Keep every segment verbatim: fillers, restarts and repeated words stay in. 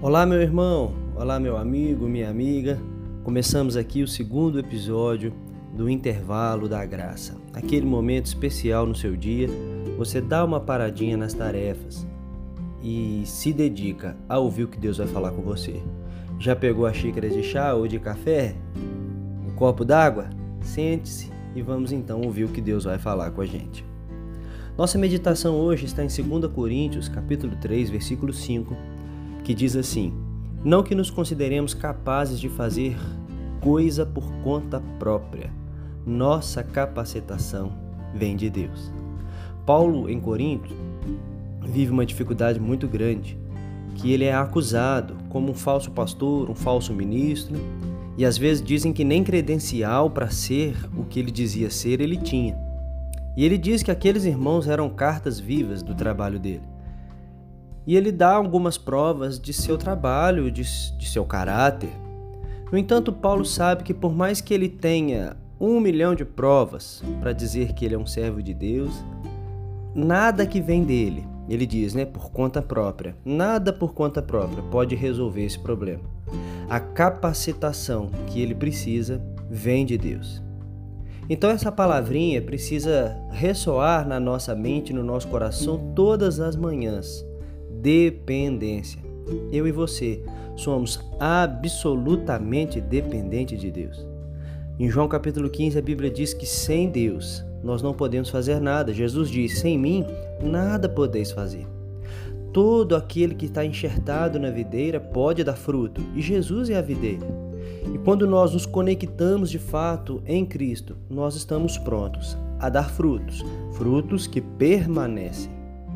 Olá, meu irmão, olá, meu amigo, minha amiga. Começamos aqui o segundo episódio do Intervalo da Graça. Aquele momento especial no seu dia, você dá uma paradinha nas tarefas e se dedica a ouvir o que Deus vai falar com você. Já pegou a xícara de chá ou de café? Um copo d'água? Sente-se e vamos então ouvir o que Deus vai falar com a gente. Nossa meditação hoje está em segunda Coríntios, capítulo três, versículo cinco, que diz assim: não que nos consideremos capazes de fazer coisa por conta própria, nossa capacitação vem de Deus. Paulo, em Corinto, vive uma dificuldade muito grande, que ele é acusado como um falso pastor, um falso ministro, e às vezes dizem que nem credencial para ser o que ele dizia ser ele tinha. E ele diz que aqueles irmãos eram cartas vivas do trabalho dele. E ele dá algumas provas de seu trabalho, de, de seu caráter. No entanto, Paulo sabe que por mais que ele tenha um milhão de provas para dizer que ele é um servo de Deus, nada que vem dele, ele diz, né, por conta própria, nada por conta própria pode resolver esse problema. A capacitação que ele precisa vem de Deus. Então essa palavrinha precisa ressoar na nossa mente, no nosso coração todas as manhãs. Dependência. Eu e você somos absolutamente dependentes de Deus. Em João capítulo quinze, a Bíblia diz que sem Deus nós não podemos fazer nada. Jesus diz: sem mim nada podeis fazer. Todo aquele que está enxertado na videira pode dar fruto, e Jesus é a videira. E quando nós nos conectamos de fato em Cristo, nós estamos prontos a dar frutos, frutos que permanecem.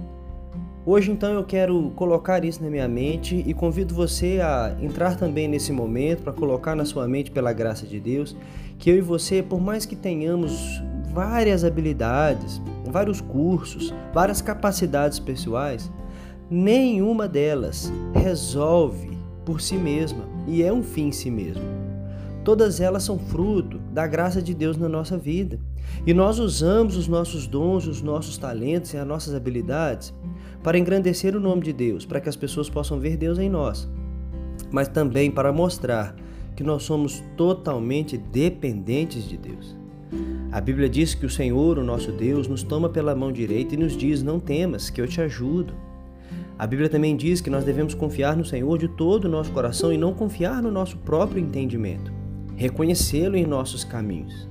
Hoje, então, eu quero colocar isso na minha mente e convido você a entrar também nesse momento para colocar na sua mente, pela graça de Deus, que eu e você, por mais que tenhamos várias habilidades, vários cursos, várias capacidades pessoais, nenhuma delas resolve por si mesma e é um fim em si mesmo. Todas elas são fruto da graça de Deus na nossa vida. E nós usamos os nossos dons, os nossos talentos e as nossas habilidades para engrandecer o nome de Deus, para que as pessoas possam ver Deus em nós, mas também para mostrar que nós somos totalmente dependentes de Deus. A Bíblia diz que o Senhor, o nosso Deus, nos toma pela mão direita e nos diz: não temas, que eu te ajudo. A Bíblia também diz que nós devemos confiar no Senhor de todo o nosso coração e não confiar no nosso próprio entendimento, reconhecê-lo em nossos caminhos.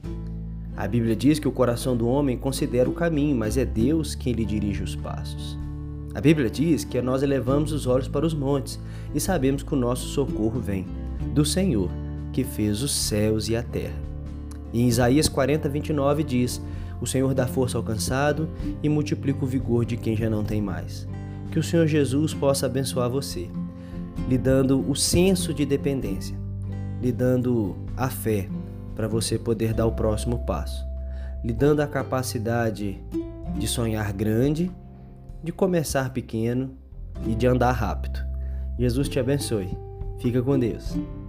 A Bíblia diz que o coração do homem considera o caminho, mas é Deus quem lhe dirige os passos. A Bíblia diz que nós elevamos os olhos para os montes e sabemos que o nosso socorro vem do Senhor, que fez os céus e a terra. E em Isaías quarenta, vinte e nove diz: o Senhor dá força ao cansado e multiplica o vigor de quem já não tem mais. Que o Senhor Jesus possa abençoar você, lhe dando o senso de dependência, lhe dando a fé para você poder dar o próximo passo, lhe dando a capacidade de sonhar grande, de começar pequeno e de andar rápido. Jesus te abençoe. Fica com Deus.